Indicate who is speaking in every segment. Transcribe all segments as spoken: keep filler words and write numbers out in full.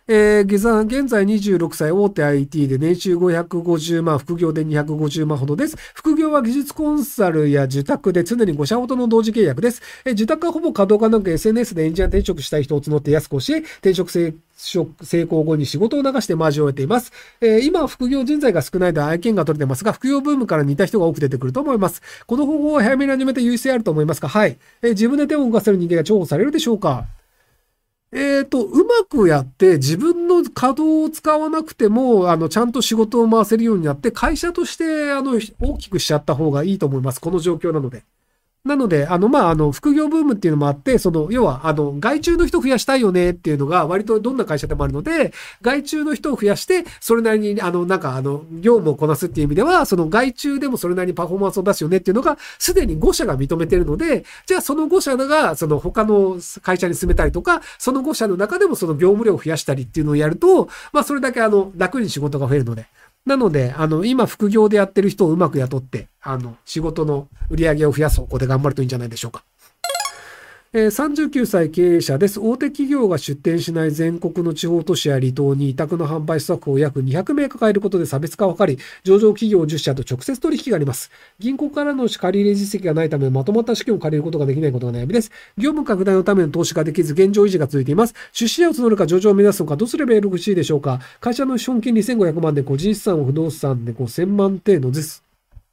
Speaker 1: えー、現在現在にじゅうろくさい、大手 アイティー で年収ごひゃくごじゅうまん、副業でにひゃくごじゅうまんほどです。副業は技術コンサルや受託で常にご社ほどの同時契約です。えー、受託はほぼ稼働がなく エスエヌエス でエンジニア転職したい人を募って安く教え、転職成成功後に仕事を流してマージを得ています。えー、今は副業人材が少ないので愛犬が取れてますが、副業ブームから似た人が多く出てくると思います。この方法を早めに始めて優位性あると思いますか？はい。えー、自分で手を動かせる人間が重宝されるでしょうか？えっと、うまくやって自分の稼働を使わなくても、あの、ちゃんと仕事を回せるようになって、会社として、あの、大きくしちゃった方がいいと思います。この状況なので。なので、あの、まあ、あの、副業ブームっていうのもあって、その、要は、あの、外注の人増やしたいよねっていうのが、割とどんな会社でもあるので、外注の人を増やして、それなりに、あの、なんか、あの、業務をこなすっていう意味では、その外注でもそれなりにパフォーマンスを出すよねっていうのが、すでにご社が認めているので、じゃあそのご社が、その他の会社に進めたりとか、そのご社の中でもその業務量を増やしたりっていうのをやると、まあ、それだけ、あの、楽に仕事が増えるので。なので、あの、今副業でやってる人をうまく雇って、あの、仕事の売り上げを増やす方向で頑張るといいんじゃないでしょうか。えー、さんじゅうきゅうさい経営者です。大手企業が出店しない全国の地方都市や離島に委託の販売スタッフを約にひゃくめい抱えることで差別化を図り、上場企業じゅっしゃと直接取引があります。銀行からの借り入れ実績がないため、まとまった資金を借りることができないことが悩みです。業務拡大のための投資ができず、現状維持が続いています。出資者を募るか上場を目指すのか、どうすればよろしいでしょうか。会社の資本金にせんごひゃくまんで、個人資産を不動産でごせんまん程度です。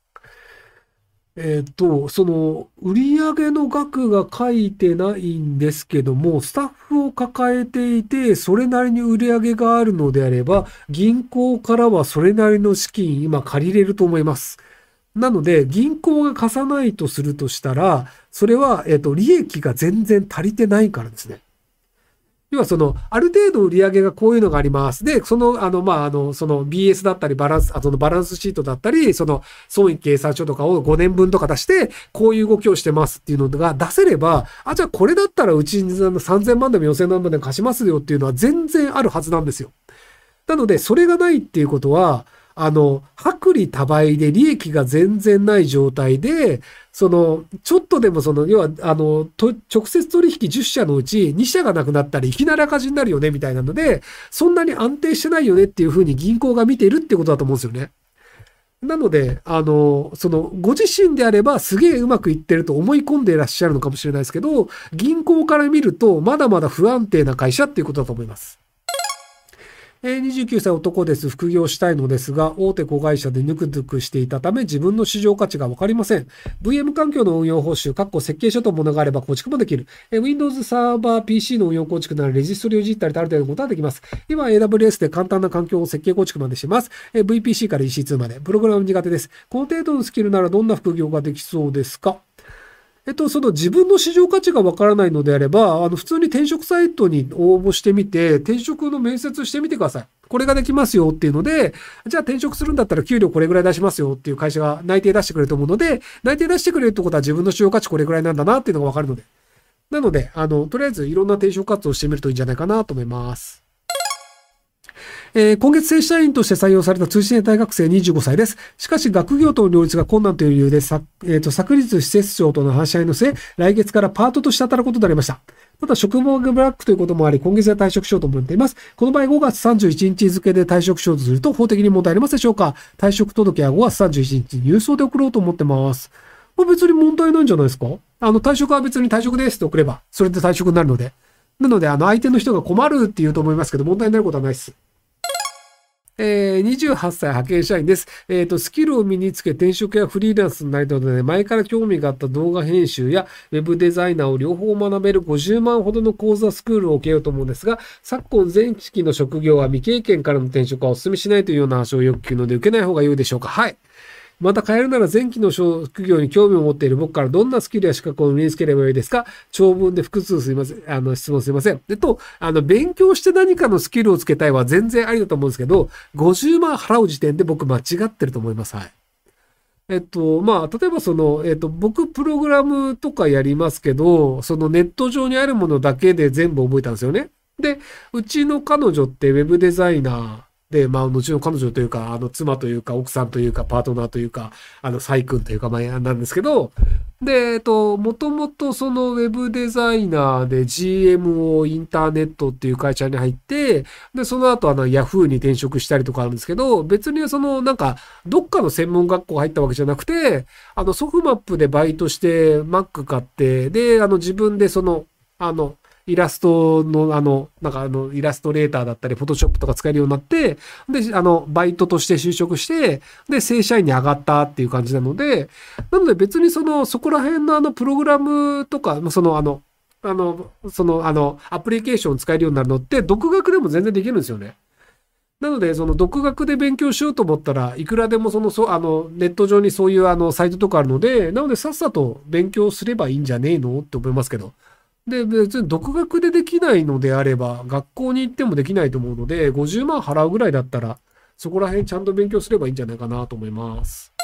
Speaker 1: えっと、その、売上の額が書いてないんですけども、スタッフを抱えていて、それなりに売上があるのであれば、銀行からはそれなりの資金今借りれると思います。なので、銀行が貸さないとするとしたら、それは、えっと、利益が全然足りてないからですね。要はその、ある程度売り上げがこういうのがあります。で、その、あの、まあ、あの、その ビーエス だったり、バランス、あそのバランスシートだったり、その、損益計算書とかをごねんぶんとか出して、こういう動きをしてますっていうのが出せれば、あ、じゃあこれだったらうちにさんぜんまんでもよんせんまんでも貸しますよっていうのは全然あるはずなんですよ。なので、それがないっていうことは、あの、薄利多売で利益が全然ない状態で、その、ちょっとでもその、要は、あの、と直接取引じゅっしゃのうちにしゃがなくなったらいきなり赤字になるよね、みたいなので、そんなに安定してないよねっていうふうに銀行が見ているってことだと思うんですよね。なので、あの、その、ご自身であればすげえうまくいってると思い込んでいらっしゃるのかもしれないですけど、銀行から見ると、まだまだ不安定な会社っていうことだと思います。にじゅうきゅうさい男です。副業したいのですが、大手子会社でぬくぬくしていたため、自分の市場価値がわかりません。ブイエム 環境の運用報酬、括弧設計書とものがあれば構築もできる。Windows サーバー ピーシー の運用構築ならレジストリをいじったりとある程度のことはできます。今 エーダブリューエス で簡単な環境を設計構築までしています。ブイピーシー から イーシーツー まで。プログラム苦手です。この程度のスキルならどんな副業ができそうですか？えっと、その自分の市場価値がわからないのであれば、あの、普通に転職サイトに応募してみて、転職の面接してみてください。これができますよっていうので、じゃあ転職するんだったら給料これぐらい出しますよっていう会社が内定出してくれると思うので、内定出してくれるってことは自分の市場価値これぐらいなんだなっていうのがわかるので。なので、あの、とりあえずいろんな転職活動をしてみるといいんじゃないかなと思います。えー、今月正社員として採用された通信大学生にじゅうごさいです。しかし学業との両立が困難という理由で、さえー、と昨日施設長との話し合いの末、来月からパートとして働くことになりました。ただ職場がブラックということもあり、今月で退職しようと思っています。この場合ごがつさんじゅういちにち付で退職しようとすると法的に問題ありますでしょうか？退職届はごがつさんじゅういちにちに郵送で送ろうと思ってます。まあ、別に問題ないんじゃないですか？あの退職は別に退職ですと送れば、それで退職になるので。なので、あの相手の人が困るって言うと思いますけど、問題になることはないです。えー、にじゅうはっさい派遣社員です。えっと、スキルを身につけ転職やフリーランスになりたいので、前から興味があった動画編集やウェブデザイナーを両方学べるごじゅうまんほどの講座スクールを受けようと思うんですが、昨今前期の職業は未経験からの転職はお勧めしないというような話をよく聞くので、受けない方が良いでしょうか？はい。また変えるなら前期の職業に興味を持っている僕からどんなスキルや資格を身につければよいですか？長文で複数すいません。あの、質問すいません。でと、あの、勉強して何かのスキルをつけたいは全然ありだと思うんですけど、ごじゅうまん払う時点で僕間違ってると思います。はい。えっと、まあ、例えばその、えっと、僕プログラムとかやりますけど、そのネット上にあるものだけで全部覚えたんですよね。で、うちの彼女ってウェブデザイナーで、まあ、後の彼女というか、あの、妻というか、奥さんというか、パートナーというか、あの、サイ君というか、まあ、なんですけど、で、えっと、もともとそのウェブデザイナーで ジーエム をインターネットっていう会社に入って、で、その後あの、ヤフーに転職したりとかあるんですけど、別にその、なんか、どっかの専門学校入ったわけじゃなくて、あの、ソフマップでバイトして、Mac 買って、で、あの、自分でその、あの、イラストの、あの、なんかあの、イラストレーターだったり、フォトショップとか使えるようになって、で、あの、バイトとして就職して、で、正社員に上がったっていう感じなので、なので別にその、そこら辺のあの、プログラムとか、その、あの、あの、その、あの、アプリケーションを使えるようになるのって、独学でも全然できるんですよね。なので、その独学で勉強しようと思ったらいくらでもその、そあの、ネット上にそういうあの、サイトとかあるので、なのでさっさと勉強すればいいんじゃねえのって思いますけど。で、別に独学でできないのであれば、学校に行ってもできないと思うので、ごじゅうまん払うぐらいだったら、そこら辺ちゃんと勉強すればいいんじゃないかなと思います。